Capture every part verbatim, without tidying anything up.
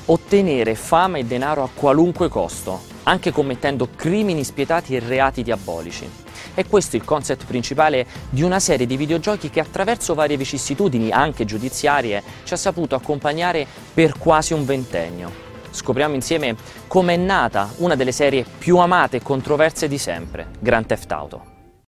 ottenere fama e denaro a qualunque costo, anche commettendo crimini spietati e reati diabolici. È questo il concept principale di una serie di videogiochi che attraverso varie vicissitudini, anche giudiziarie, ci ha saputo accompagnare per quasi un ventennio. Scopriamo insieme come è nata una delle serie più amate e controverse di sempre, Grand Theft Auto.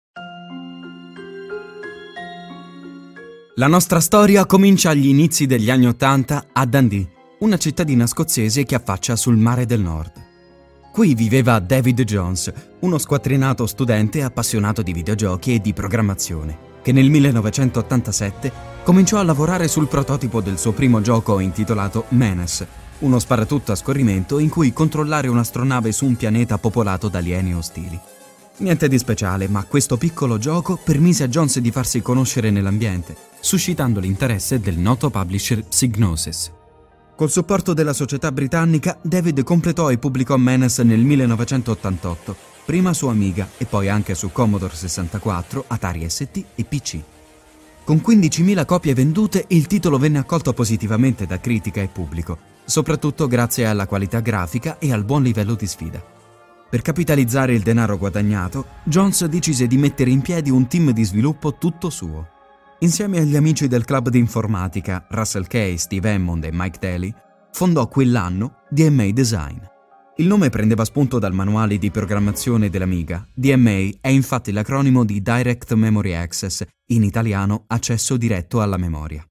La nostra storia comincia agli inizi degli anni Ottanta a Dundee, una cittadina scozzese che affaccia sul mare del nord. Qui viveva David Jones, uno squattrinato studente appassionato di videogiochi e di programmazione, che nel millenovecentottantasette cominciò a lavorare sul prototipo del suo primo gioco intitolato Menace, uno sparatutto a scorrimento in cui controllare un'astronave su un pianeta popolato da alieni ostili. Niente di speciale, ma questo piccolo gioco permise a Jones di farsi conoscere nell'ambiente, suscitando l'interesse del noto publisher Psygnosis. Col supporto della società britannica, David completò e pubblicò Menace nel millenovecentottantotto, prima su Amiga e poi anche su Commodore sessantaquattro, Atari S T e P C. Con quindicimila copie vendute, il titolo venne accolto positivamente da critica e pubblico, soprattutto grazie alla qualità grafica e al buon livello di sfida. Per capitalizzare il denaro guadagnato, Jones decise di mettere in piedi un team di sviluppo tutto suo. Insieme agli amici del club di informatica Russell Kay, Steve Hammond e Mike Daly, fondò quell'anno D M A Design. Il nome prendeva spunto dal manuale di programmazione dell'Amiga. D M A è infatti l'acronimo di Direct Memory Access, in italiano accesso diretto alla memoria.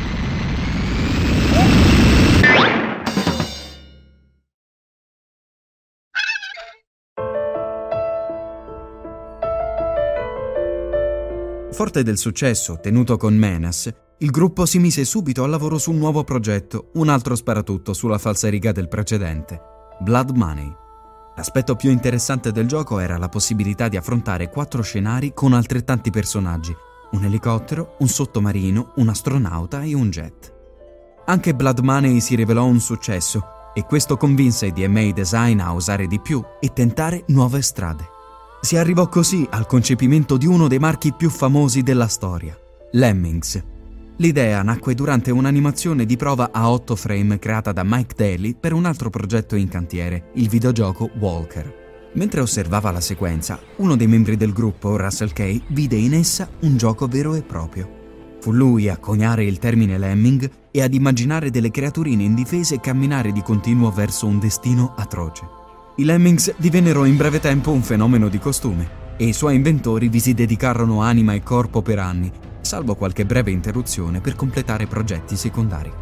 Forte del successo ottenuto con Menace, il gruppo si mise subito al lavoro su un nuovo progetto, un altro sparatutto sulla falsariga del precedente, Blood Money. L'aspetto più interessante del gioco era la possibilità di affrontare quattro scenari con altrettanti personaggi, un elicottero, un sottomarino, un astronauta e un jet. Anche Blood Money si rivelò un successo e questo convinse D M A Design a osare di più e tentare nuove strade. Si arrivò così al concepimento di uno dei marchi più famosi della storia, Lemmings. L'idea nacque durante un'animazione di prova a otto frame creata da Mike Daly per un altro progetto in cantiere, il videogioco Walker. Mentre osservava la sequenza, uno dei membri del gruppo, Russell Kay, vide in essa un gioco vero e proprio. Fu lui a coniare il termine Lemming e ad immaginare delle creaturine indifese camminare di continuo verso un destino atroce. I Lemmings divennero in breve tempo un fenomeno di costume e i suoi inventori vi si dedicarono anima e corpo per anni, salvo qualche breve interruzione per completare progetti secondari.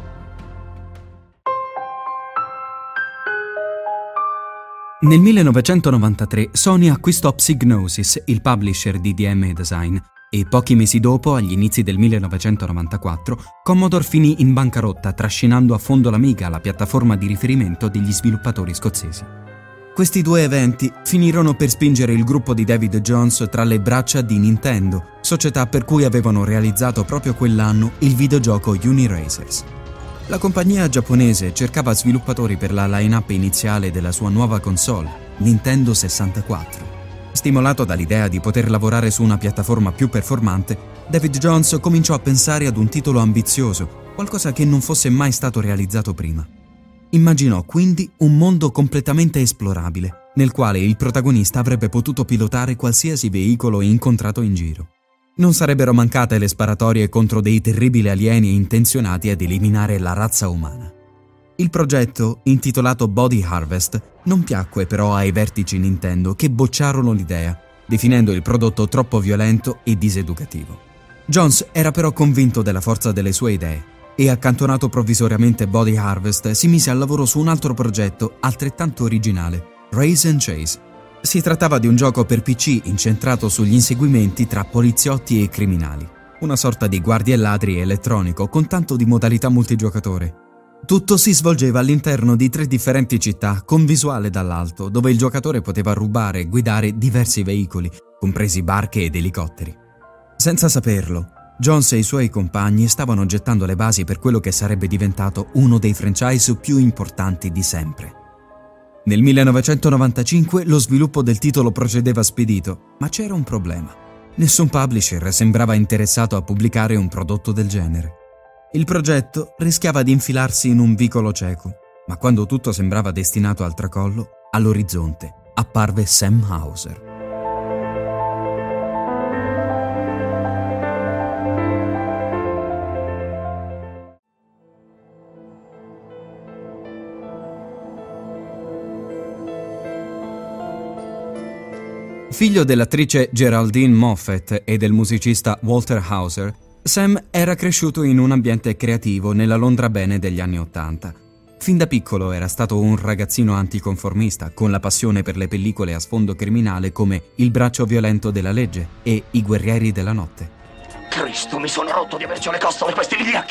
Nel millenovecentonovantatré Sony acquistò Psygnosis, il publisher di D M A Design, e pochi mesi dopo, agli inizi del millenovecentonovantaquattro, Commodore finì in bancarotta trascinando a fondo l'Amiga, la piattaforma di riferimento degli sviluppatori scozzesi. Questi due eventi finirono per spingere il gruppo di David Jones tra le braccia di Nintendo, società per cui avevano realizzato proprio quell'anno il videogioco Uniracers. La compagnia giapponese cercava sviluppatori per la line-up iniziale della sua nuova console, Nintendo sessantaquattro. Stimolato dall'idea di poter lavorare su una piattaforma più performante, David Jones cominciò a pensare ad un titolo ambizioso, qualcosa che non fosse mai stato realizzato prima. Immaginò quindi un mondo completamente esplorabile, nel quale il protagonista avrebbe potuto pilotare qualsiasi veicolo incontrato in giro. Non sarebbero mancate le sparatorie contro dei terribili alieni intenzionati ad eliminare la razza umana. Il progetto, intitolato Body Harvest, non piacque però ai vertici Nintendo, che bocciarono l'idea, definendo il prodotto troppo violento e diseducativo. Jones era però convinto della forza delle sue idee e, accantonato provvisoriamente Body Harvest, si mise al lavoro su un altro progetto altrettanto originale, Race and Chase. Si trattava di un gioco per P C incentrato sugli inseguimenti tra poliziotti e criminali, una sorta di guardie e ladri elettronico con tanto di modalità multigiocatore. Tutto si svolgeva all'interno di tre differenti città con visuale dall'alto, dove il giocatore poteva rubare e guidare diversi veicoli, compresi barche ed elicotteri. Senza saperlo, Jones e i suoi compagni stavano gettando le basi per quello che sarebbe diventato uno dei franchise più importanti di sempre. Nel millenovecentonovantacinque lo sviluppo del titolo procedeva spedito, ma c'era un problema. Nessun publisher sembrava interessato a pubblicare un prodotto del genere. Il progetto rischiava di infilarsi in un vicolo cieco. Ma quando tutto sembrava destinato al tracollo, all'orizzonte apparve Sam Houser. Figlio dell'attrice Geraldine Moffett e del musicista Walter Hauser, Sam era cresciuto in un ambiente creativo nella Londra bene degli anni Ottanta. Fin da piccolo era stato un ragazzino anticonformista, con la passione per le pellicole a sfondo criminale come Il braccio violento della legge e I guerrieri della notte. Cristo, mi sono rotto di averci le costole questi vigliacchi!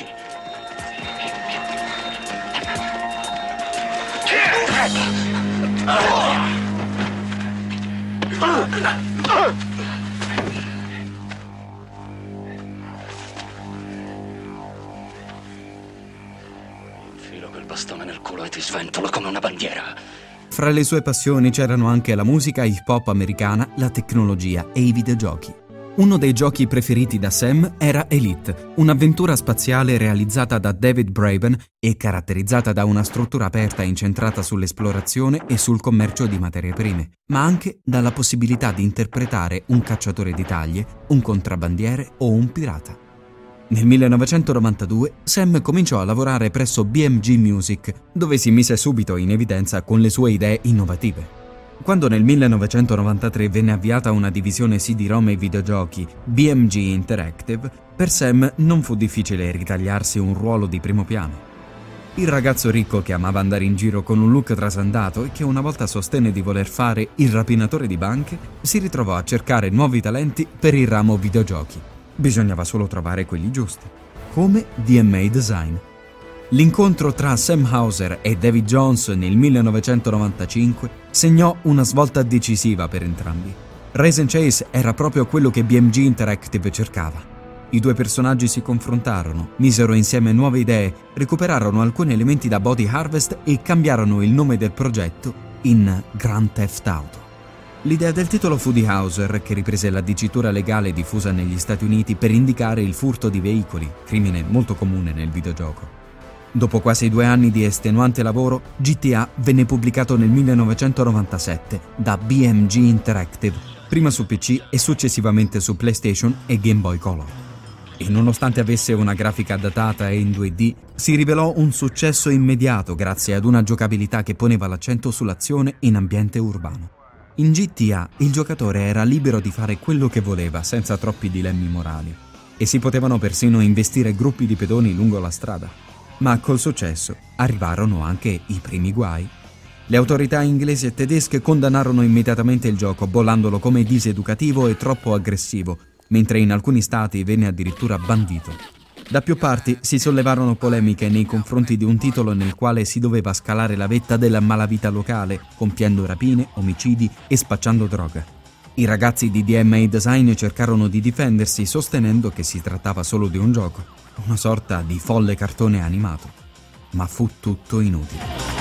Infilo quel bastone nel culo e ti sventolo come una bandiera. Fra le sue passioni c'erano anche la musica hip hop americana, la tecnologia e i videogiochi. Uno dei giochi preferiti da Sam era Elite, un'avventura spaziale realizzata da David Braben e caratterizzata da una struttura aperta incentrata sull'esplorazione e sul commercio di materie prime, ma anche dalla possibilità di interpretare un cacciatore di taglie, un contrabbandiere o un pirata. Nel millenovecentonovantadue Sam cominciò a lavorare presso B M G Music, dove si mise subito in evidenza con le sue idee innovative. Quando nel millenovecentonovantatré venne avviata una divisione C D-ROM e videogiochi, B M G Interactive, per Sam non fu difficile ritagliarsi un ruolo di primo piano. Il ragazzo ricco che amava andare in giro con un look trasandato e che una volta sostenne di voler fare il rapinatore di banche, si ritrovò a cercare nuovi talenti per il ramo videogiochi. Bisognava solo trovare quelli giusti, come D M A Design. L'incontro tra Sam Houser e David Jones nel millenovecentonovantacinque segnò una svolta decisiva per entrambi. Race and Chase era proprio quello che B M G Interactive cercava. I due personaggi si confrontarono, misero insieme nuove idee, recuperarono alcuni elementi da Body Harvest e cambiarono il nome del progetto in Grand Theft Auto. L'idea del titolo fu di Houser, che riprese la dicitura legale diffusa negli Stati Uniti per indicare il furto di veicoli, crimine molto comune nel videogioco. Dopo quasi due anni di estenuante lavoro, G T A venne pubblicato nel millenovecentonovantasette da B M G Interactive, prima su P C e successivamente su PlayStation e Game Boy Color. E nonostante avesse una grafica datata e in due D, si rivelò un successo immediato grazie ad una giocabilità che poneva l'accento sull'azione in ambiente urbano. In G T A il giocatore era libero di fare quello che voleva senza troppi dilemmi morali e si potevano persino investire gruppi di pedoni lungo la strada. Ma col successo arrivarono anche i primi guai. Le autorità inglesi e tedesche condannarono immediatamente il gioco, bollandolo come diseducativo e troppo aggressivo, mentre in alcuni stati venne addirittura bandito. Da più parti si sollevarono polemiche nei confronti di un titolo nel quale si doveva scalare la vetta della malavita locale, compiendo rapine, omicidi e spacciando droga. I ragazzi di D M A Design cercarono di difendersi sostenendo che si trattava solo di un gioco, una sorta di folle cartone animato, ma fu tutto inutile.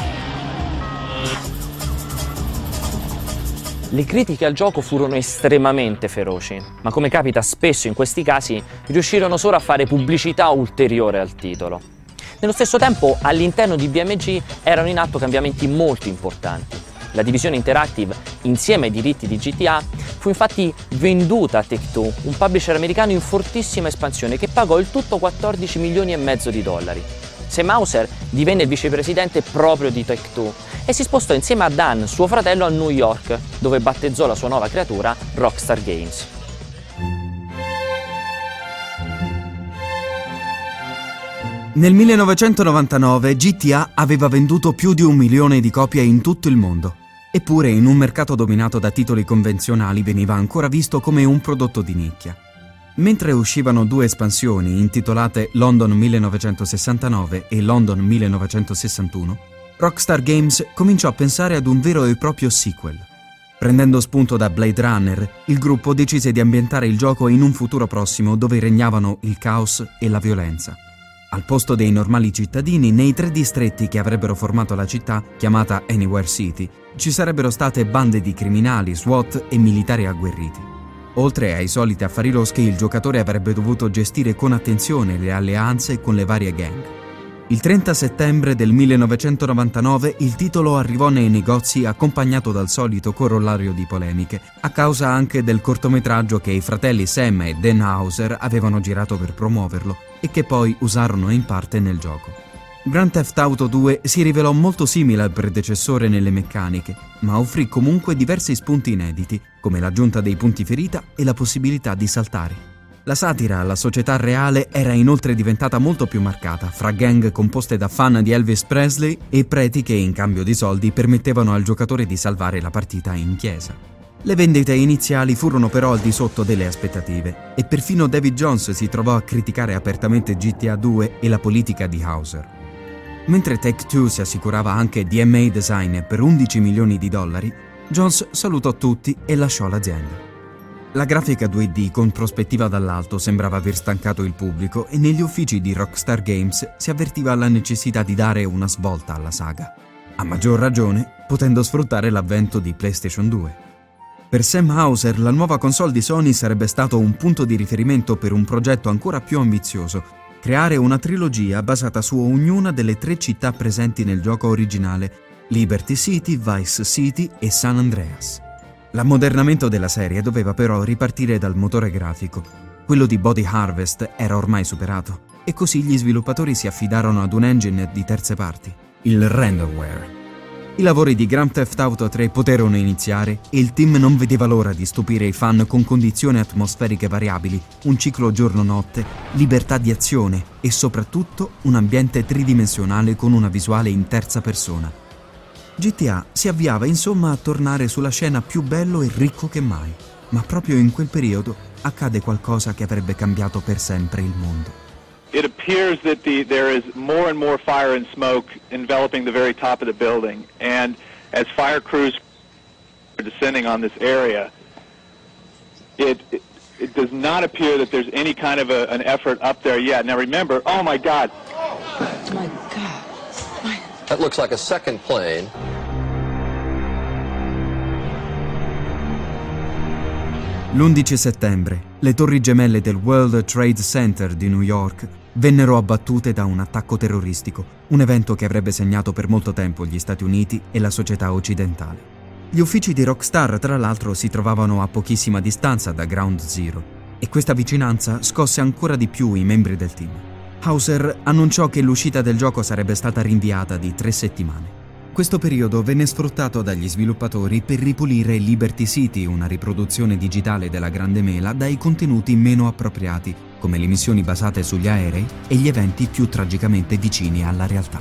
Le critiche al gioco furono estremamente feroci, ma come capita spesso in questi casi, riuscirono solo a fare pubblicità ulteriore al titolo. Nello stesso tempo, all'interno di B M G erano in atto cambiamenti molto importanti. La divisione Interactive, insieme ai diritti di G T A, fu infatti venduta a Take-Two, un publisher americano in fortissima espansione che pagò il tutto quattordici milioni e mezzo di dollari. Sam Houser divenne il vicepresidente proprio di Take-Two e si spostò insieme a Dan, suo fratello, a New York, dove battezzò la sua nuova creatura Rockstar Games. Nel millenovecentonovantanove G T A aveva venduto più di un milione di copie in tutto il mondo. Eppure in un mercato dominato da titoli convenzionali veniva ancora visto come un prodotto di nicchia. Mentre uscivano due espansioni intitolate London millenovecentosessantanove e London millenovecentosessantuno, Rockstar Games cominciò a pensare ad un vero e proprio sequel. Prendendo spunto da Blade Runner, il gruppo decise di ambientare il gioco in un futuro prossimo dove regnavano il caos e la violenza. Al posto dei normali cittadini, nei tre distretti che avrebbero formato la città, chiamata Anywhere City, ci sarebbero state bande di criminali, SWAT e militari agguerriti. Oltre ai soliti affari loschi, il giocatore avrebbe dovuto gestire con attenzione le alleanze con le varie gang. Il trenta settembre del millenovecentonovantanove il titolo arrivò nei negozi accompagnato dal solito corollario di polemiche, a causa anche del cortometraggio che i fratelli Sam e Dan Houser avevano girato per promuoverlo e che poi usarono in parte nel gioco. Grand Theft Auto due si rivelò molto simile al predecessore nelle meccaniche, ma offrì comunque diversi spunti inediti, come l'aggiunta dei punti ferita e la possibilità di saltare. La satira alla società reale era inoltre diventata molto più marcata, fra gang composte da fan di Elvis Presley e preti che in cambio di soldi permettevano al giocatore di salvare la partita in chiesa. Le vendite iniziali furono però al di sotto delle aspettative e perfino David Jones si trovò a criticare apertamente G T A due e la politica di Houser. Mentre Take-Two si assicurava anche D M A Design per undici milioni di dollari, Jones salutò tutti e lasciò l'azienda. La grafica due D con prospettiva dall'alto sembrava aver stancato il pubblico e negli uffici di Rockstar Games si avvertiva la necessità di dare una svolta alla saga. A maggior ragione, potendo sfruttare l'avvento di PlayStation due. Per Sam Houser, la nuova console di Sony sarebbe stato un punto di riferimento per un progetto ancora più ambizioso: creare una trilogia basata su ognuna delle tre città presenti nel gioco originale: Liberty City, Vice City e San Andreas. L'ammodernamento della serie doveva però ripartire dal motore grafico. Quello di Body Harvest era ormai superato e così gli sviluppatori si affidarono ad un engine di terze parti, il Renderware. I lavori di Grand Theft Auto tre poterono iniziare e il team non vedeva l'ora di stupire i fan con condizioni atmosferiche variabili, un ciclo giorno-notte, libertà di azione e soprattutto un ambiente tridimensionale con una visuale in terza persona. G T A si avviava insomma a tornare sulla scena più bello e ricco che mai, ma proprio in quel periodo accade qualcosa che avrebbe cambiato per sempre il mondo. It appears that the, there is more and more fire and smoke enveloping the very top of the building, and as fire crews are descending on this area, it, it, it does not appear that there's any kind of a, an effort up there yet. Now remember, oh my God! Oh my God! That looks like a second plane. L'undici settembre, le torri gemelle del World Trade Center di New York vennero abbattute da un attacco terroristico, un evento che avrebbe segnato per molto tempo gli Stati Uniti e la società occidentale. Gli uffici di Rockstar, tra l'altro, si trovavano a pochissima distanza da Ground Zero, e questa vicinanza scosse ancora di più i membri del team. Houser annunciò che l'uscita del gioco sarebbe stata rinviata di tre settimane. Questo periodo venne sfruttato dagli sviluppatori per ripulire Liberty City, una riproduzione digitale della Grande Mela, dai contenuti meno appropriati, come le missioni basate sugli aerei e gli eventi più tragicamente vicini alla realtà.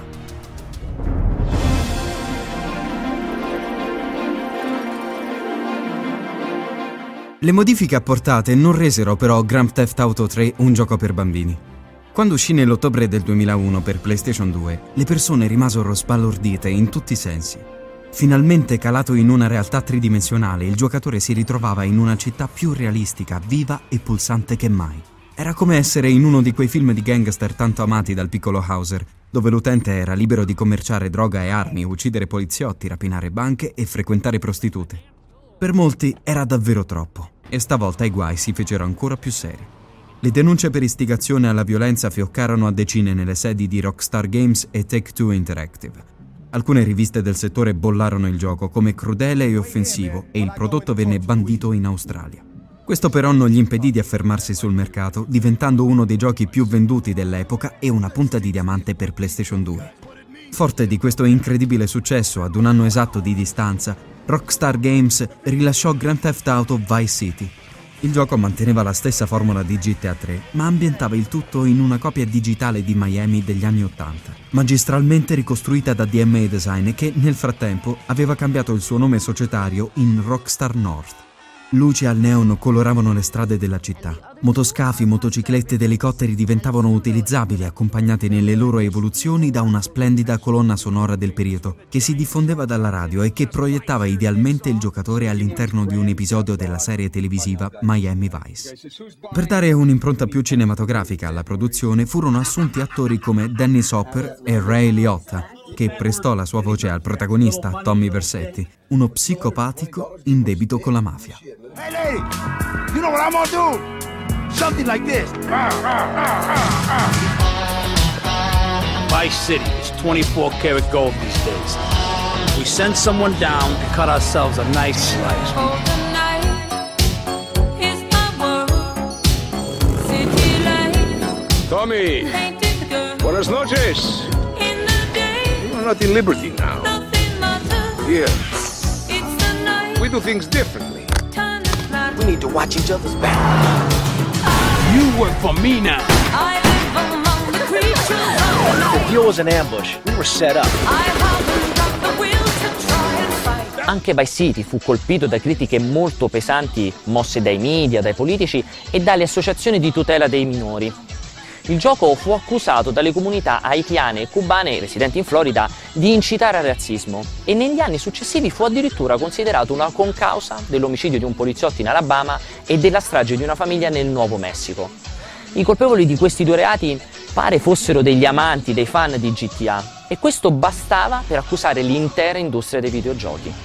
Le modifiche apportate non resero però Grand Theft Auto tre un gioco per bambini. Quando uscì nell'ottobre del duemilauno per PlayStation due, le persone rimasero sbalordite in tutti i sensi. Finalmente calato in una realtà tridimensionale, il giocatore si ritrovava in una città più realistica, viva e pulsante che mai. Era come essere in uno di quei film di gangster tanto amati dal piccolo Houser, dove l'utente era libero di commerciare droga e armi, uccidere poliziotti, rapinare banche e frequentare prostitute. Per molti era davvero troppo, e stavolta i guai si fecero ancora più seri. Le denunce per istigazione alla violenza fioccarono a decine nelle sedi di Rockstar Games e Take-Two Interactive. Alcune riviste del settore bollarono il gioco come crudele e offensivo e il prodotto venne bandito in Australia. Questo però non gli impedì di affermarsi sul mercato, diventando uno dei giochi più venduti dell'epoca e una punta di diamante per PlayStation due. Forte di questo incredibile successo, ad un anno esatto di distanza, Rockstar Games rilasciò Grand Theft Auto Vice City. Il gioco manteneva la stessa formula di G T A tre, ma ambientava il tutto in una copia digitale di Miami degli anni Ottanta, magistralmente ricostruita da D M A Design che, nel frattempo, aveva cambiato il suo nome societario in Rockstar North. Luci al neon coloravano le strade della città. Motoscafi, motociclette ed elicotteri diventavano utilizzabili, accompagnati nelle loro evoluzioni da una splendida colonna sonora del periodo, che si diffondeva dalla radio e che proiettava idealmente il giocatore all'interno di un episodio della serie televisiva Miami Vice. Per dare un'impronta più cinematografica alla produzione, furono assunti attori come Dennis Hopper e Ray Liotta, che prestò la sua voce al protagonista, Tommy Vercetti, uno psicopatico in debito con la mafia. Hey lady, you know what I'm gonna do? Something like this. Vice City is twenty-four karat gold these days. We send someone down and cut ourselves a nice slice. Tommy, buenas noches. We're not in Liberty now. Here, we do things differently. We need to watch each other's back. You work for me now. The deal was an ambush. We were set up. Anche Vice City fu colpito da critiche molto pesanti mosse dai media, dai politici e dalle associazioni di tutela dei minori. Il gioco fu accusato dalle comunità haitiane e cubane residenti in Florida di incitare al razzismo e negli anni successivi fu addirittura considerato una concausa dell'omicidio di un poliziotto in Alabama e della strage di una famiglia nel Nuovo Messico. I colpevoli di questi due reati pare fossero degli amanti, dei fan di G T A e questo bastava per accusare l'intera industria dei videogiochi.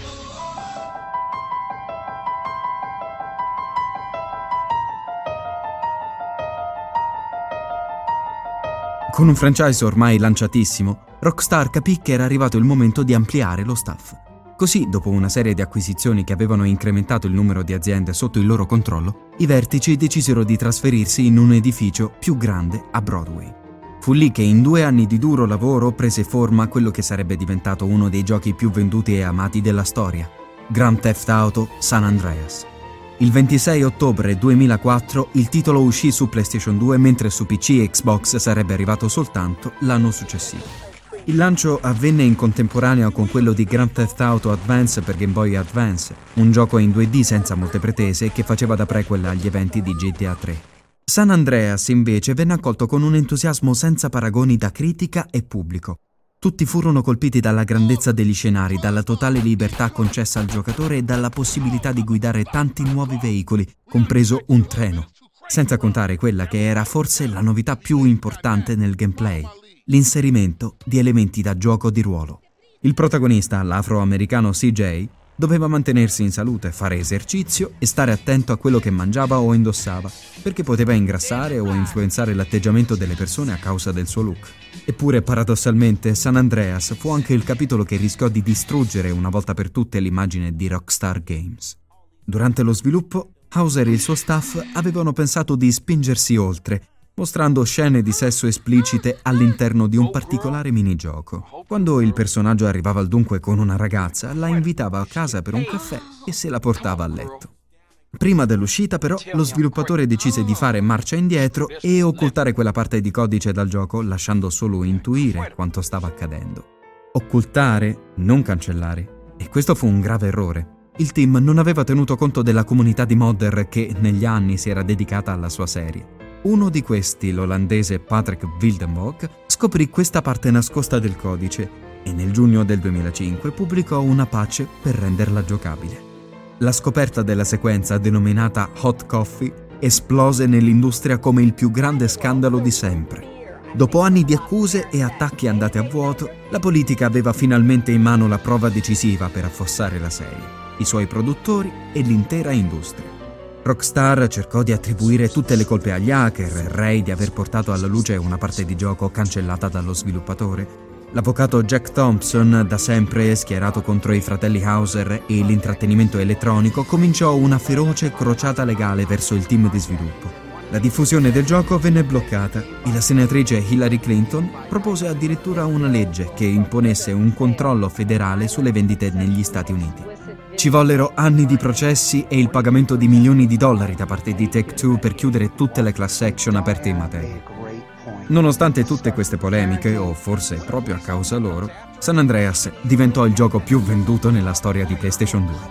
Con un franchise ormai lanciatissimo, Rockstar capì che era arrivato il momento di ampliare lo staff. Così, dopo una serie di acquisizioni che avevano incrementato il numero di aziende sotto il loro controllo, i vertici decisero di trasferirsi in un edificio più grande a Broadway. Fu lì che in due anni di duro lavoro prese forma quello che sarebbe diventato uno dei giochi più venduti e amati della storia, Grand Theft Auto San Andreas. Il ventisei ottobre duemilaquattro il titolo uscì su PlayStation due mentre su P C e Xbox sarebbe arrivato soltanto l'anno successivo. Il lancio avvenne in contemporanea con quello di Grand Theft Auto Advance per Game Boy Advance, un gioco in due D senza molte pretese che faceva da prequel agli eventi di G T A tre. San Andreas invece venne accolto con un entusiasmo senza paragoni da critica e pubblico. Tutti furono colpiti dalla grandezza degli scenari, dalla totale libertà concessa al giocatore e dalla possibilità di guidare tanti nuovi veicoli, compreso un treno. Senza contare quella che era forse la novità più importante nel gameplay, l'inserimento di elementi da gioco di ruolo. Il protagonista, l'afroamericano C J, doveva mantenersi in salute, fare esercizio e stare attento a quello che mangiava o indossava, perché poteva ingrassare o influenzare l'atteggiamento delle persone a causa del suo look. Eppure, paradossalmente, San Andreas fu anche il capitolo che rischiò di distruggere una volta per tutte l'immagine di Rockstar Games. Durante lo sviluppo, Hauser e il suo staff avevano pensato di spingersi oltre, mostrando scene di sesso esplicite all'interno di un particolare minigioco. Quando il personaggio arrivava al dunque con una ragazza, la invitava a casa per un caffè e se la portava a letto. Prima dell'uscita, però, lo sviluppatore decise di fare marcia indietro e occultare quella parte di codice dal gioco, lasciando solo intuire quanto stava accadendo. Occultare, non cancellare. E questo fu un grave errore. Il team non aveva tenuto conto della comunità di modder che negli anni si era dedicata alla sua serie. Uno di questi, l'olandese Patrick Wildenbroek, scoprì questa parte nascosta del codice e nel giugno del duemilacinque pubblicò una patch per renderla giocabile. La scoperta della sequenza, denominata Hot Coffee, esplose nell'industria come il più grande scandalo di sempre. Dopo anni di accuse e attacchi andati a vuoto, la politica aveva finalmente in mano la prova decisiva per affossare la serie, i suoi produttori e l'intera industria. Rockstar cercò di attribuire tutte le colpe agli hacker, rei di aver portato alla luce una parte di gioco cancellata dallo sviluppatore. L'avvocato Jack Thompson, da sempre schierato contro i fratelli Hauser e l'intrattenimento elettronico, cominciò una feroce crociata legale verso il team di sviluppo. La diffusione del gioco venne bloccata e la senatrice Hillary Clinton propose addirittura una legge che imponesse un controllo federale sulle vendite negli Stati Uniti. Ci vollero anni di processi e il pagamento di milioni di dollari da parte di Take-Two per chiudere tutte le class action aperte in materia. Nonostante tutte queste polemiche, o forse proprio a causa loro, San Andreas diventò il gioco più venduto nella storia di PlayStation due.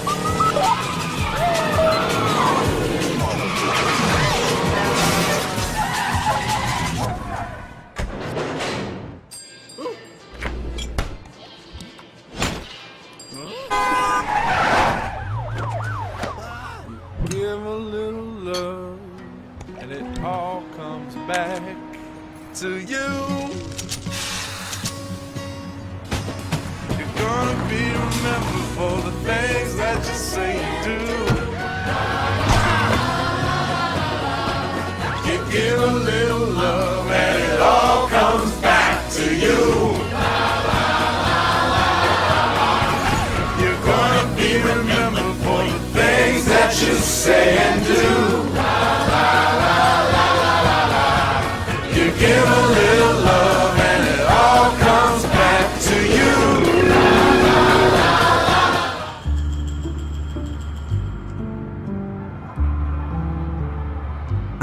To you, you're gonna be remembered for the things that you say you do. You give a little love and it all comes back to you.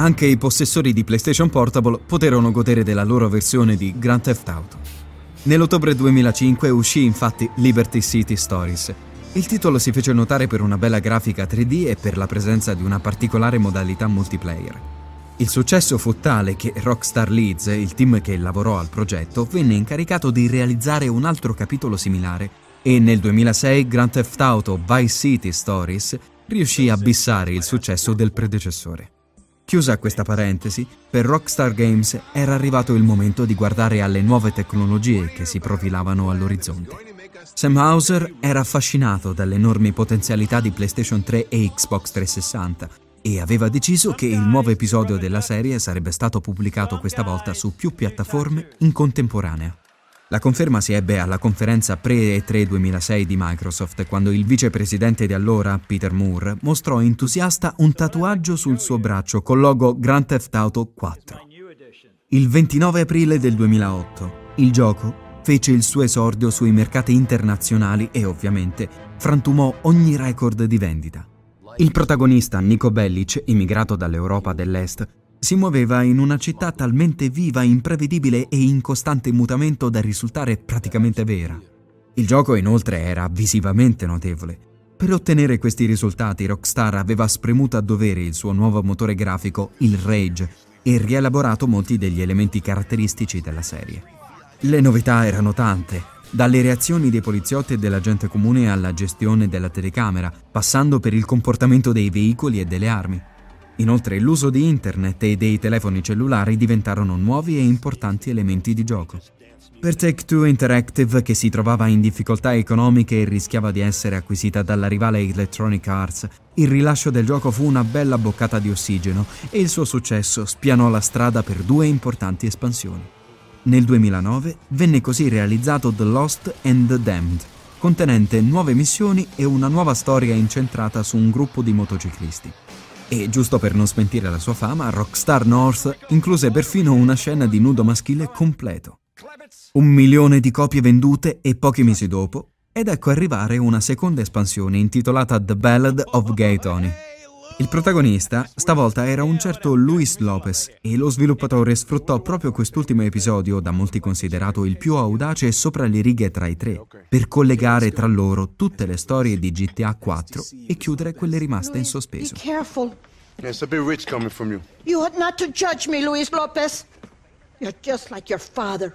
anche i possessori di PlayStation Portable poterono godere della loro versione di Grand Theft Auto. Nell'ottobre duemilacinque uscì infatti Liberty City Stories. Il titolo si fece notare per una bella grafica tre D e per la presenza di una particolare modalità multiplayer. Il successo fu tale che Rockstar Leeds, il team che lavorò al progetto, venne incaricato di realizzare un altro capitolo similare e nel duemilasei Grand Theft Auto Vice City Stories riuscì a bissare il successo del predecessore. Chiusa questa parentesi, per Rockstar Games era arrivato il momento di guardare alle nuove tecnologie che si profilavano all'orizzonte. Sam Houser era affascinato dalle enormi potenzialità di PlayStation tre e Xbox trecentosessanta e aveva deciso che il nuovo episodio della serie sarebbe stato pubblicato questa volta su più piattaforme in contemporanea. La conferma si ebbe alla conferenza pre-E tre duemilasei di Microsoft, quando il vicepresidente di allora, Peter Moore, mostrò entusiasta un tatuaggio sul suo braccio col logo Grand Theft Auto quattro. Il ventinove aprile del duemilaotto, il gioco fece il suo esordio sui mercati internazionali e ovviamente frantumò ogni record di vendita. Il protagonista, Niko Bellic, immigrato dall'Europa dell'Est, si muoveva in una città talmente viva, imprevedibile e in costante mutamento da risultare praticamente vera. Il gioco inoltre era visivamente notevole. Per ottenere questi risultati Rockstar aveva spremuto a dovere il suo nuovo motore grafico, il Rage, e rielaborato molti degli elementi caratteristici della serie. Le novità erano tante, dalle reazioni dei poliziotti e della gente comune alla gestione della telecamera, passando per il comportamento dei veicoli e delle armi. Inoltre l'uso di internet e dei telefoni cellulari diventarono nuovi e importanti elementi di gioco. Per Take-Two Interactive, che si trovava in difficoltà economiche e rischiava di essere acquisita dalla rivale Electronic Arts, il rilascio del gioco fu una bella boccata di ossigeno e il suo successo spianò la strada per due importanti espansioni. Nel duemilanove venne così realizzato The Lost and the Damned, contenente nuove missioni e una nuova storia incentrata su un gruppo di motociclisti. E giusto per non smentire la sua fama, Rockstar North incluse perfino una scena di nudo maschile completo. Un milione di copie vendute e pochi mesi dopo, ed ecco arrivare una seconda espansione intitolata The Ballad of Gay Tony. Il protagonista stavolta era un certo Luis Lopez e lo sviluppatore sfruttò proprio quest'ultimo episodio, da molti considerato il più audace e sopra le righe tra i tre, per collegare tra loro tutte le storie di G T A quattro e chiudere quelle rimaste in sospeso. Be careful. It's a bit rich coming from you. You ought not to judge me, Luis Lopez. You're just like your father.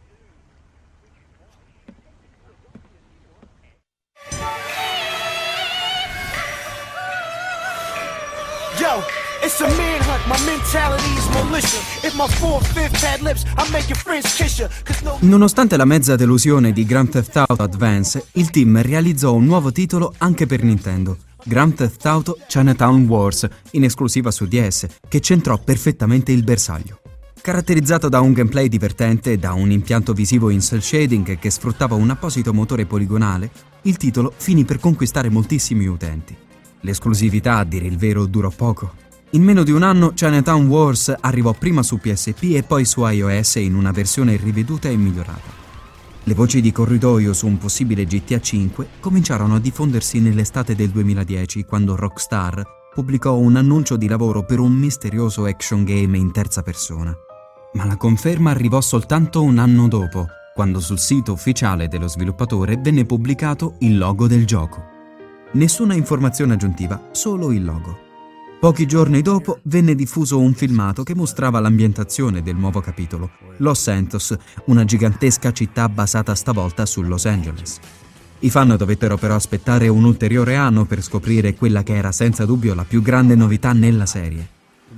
Yo, it's a manhunt, my mentality is militia. If my four-fifth had lips, I make your friends kiss you. No... Nonostante la mezza delusione di Grand Theft Auto Advance, il team realizzò un nuovo titolo anche per Nintendo, Grand Theft Auto Chinatown Wars, in esclusiva su D S, che centrò perfettamente il bersaglio. Caratterizzato da un gameplay divertente e da un impianto visivo in cel shading che sfruttava un apposito motore poligonale, il titolo finì per conquistare moltissimi utenti. L'esclusività, a dire il vero, durò poco. In meno di un anno Chinatown Wars arrivò prima su P S P e poi su iOS in una versione riveduta e migliorata. Le voci di corridoio su un possibile G T A cinque cominciarono a diffondersi nell'estate del duemiladieci, quando Rockstar pubblicò un annuncio di lavoro per un misterioso action game in terza persona. Ma la conferma arrivò soltanto un anno dopo, quando sul sito ufficiale dello sviluppatore venne pubblicato il logo del gioco. Nessuna informazione aggiuntiva, solo il logo. Pochi giorni dopo venne diffuso un filmato che mostrava l'ambientazione del nuovo capitolo, Los Santos, una gigantesca città basata stavolta su Los Angeles. I fan dovettero però aspettare un ulteriore anno per scoprire quella che era senza dubbio la più grande novità nella serie.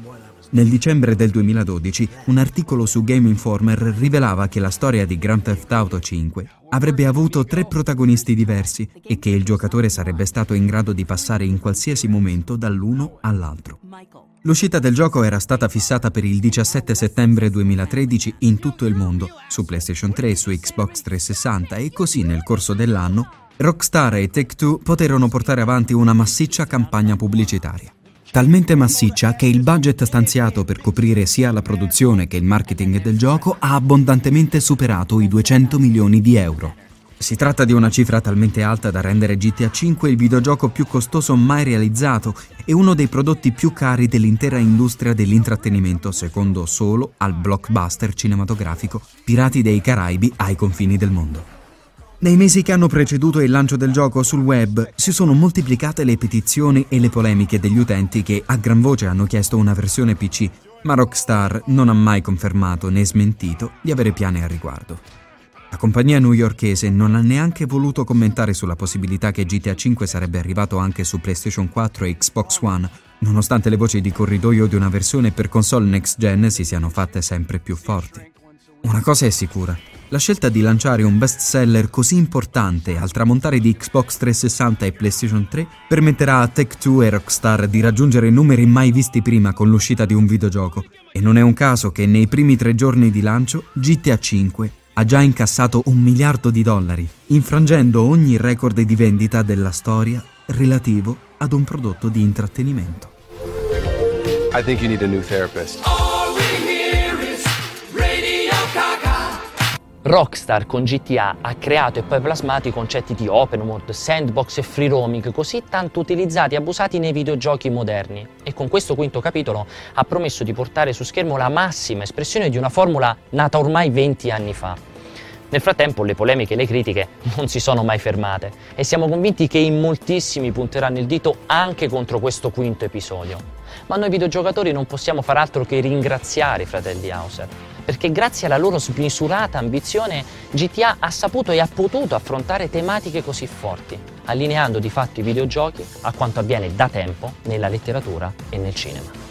Nel dicembre del duemiladodici, un articolo su Game Informer rivelava che la storia di Grand Theft Auto cinque avrebbe avuto tre protagonisti diversi e che il giocatore sarebbe stato in grado di passare in qualsiasi momento dall'uno all'altro. L'uscita del gioco era stata fissata per il diciassette settembre duemilatredici in tutto il mondo, su PlayStation tre e su Xbox trecentosessanta, e così nel corso dell'anno Rockstar e Take-Two poterono portare avanti una massiccia campagna pubblicitaria. Talmente massiccia che il budget stanziato per coprire sia la produzione che il marketing del gioco ha abbondantemente superato i duecento milioni di euro. Si tratta di una cifra talmente alta da rendere G T A cinque il videogioco più costoso mai realizzato e uno dei prodotti più cari dell'intera industria dell'intrattenimento, secondo solo al blockbuster cinematografico Pirati dei Caraibi ai confini del mondo. Nei mesi che hanno preceduto il lancio del gioco sul web si sono moltiplicate le petizioni e le polemiche degli utenti che a gran voce hanno chiesto una versione P C, ma Rockstar non ha mai confermato né smentito di avere piani al riguardo. La compagnia newyorkese non ha neanche voluto commentare sulla possibilità che G T A cinque sarebbe arrivato anche su PlayStation quattro e Xbox One, nonostante le voci di corridoio di una versione per console next gen si siano fatte sempre più forti. Una cosa è sicura: la scelta di lanciare un bestseller così importante al tramontare di Xbox trecentosessanta e PlayStation tre permetterà a Take-Two e Rockstar di raggiungere numeri mai visti prima con l'uscita di un videogioco, e non è un caso che nei primi tre giorni di lancio G T A cinque ha già incassato un miliardo di dollari, infrangendo ogni record di vendita della storia relativo ad un prodotto di intrattenimento. I think you need a new therapist. Rockstar con G T A ha creato e poi plasmato i concetti di open world, sandbox e free roaming così tanto utilizzati e abusati nei videogiochi moderni, e con questo quinto capitolo ha promesso di portare su schermo la massima espressione di una formula nata ormai venti anni fa. Nel frattempo le polemiche e le critiche non si sono mai fermate e siamo convinti che in moltissimi punteranno il dito anche contro questo quinto episodio. Ma noi videogiocatori non possiamo far altro che ringraziare i fratelli Hauser, perché grazie alla loro smisurata ambizione G T A ha saputo e ha potuto affrontare tematiche così forti, allineando di fatto i videogiochi a quanto avviene da tempo nella letteratura e nel cinema.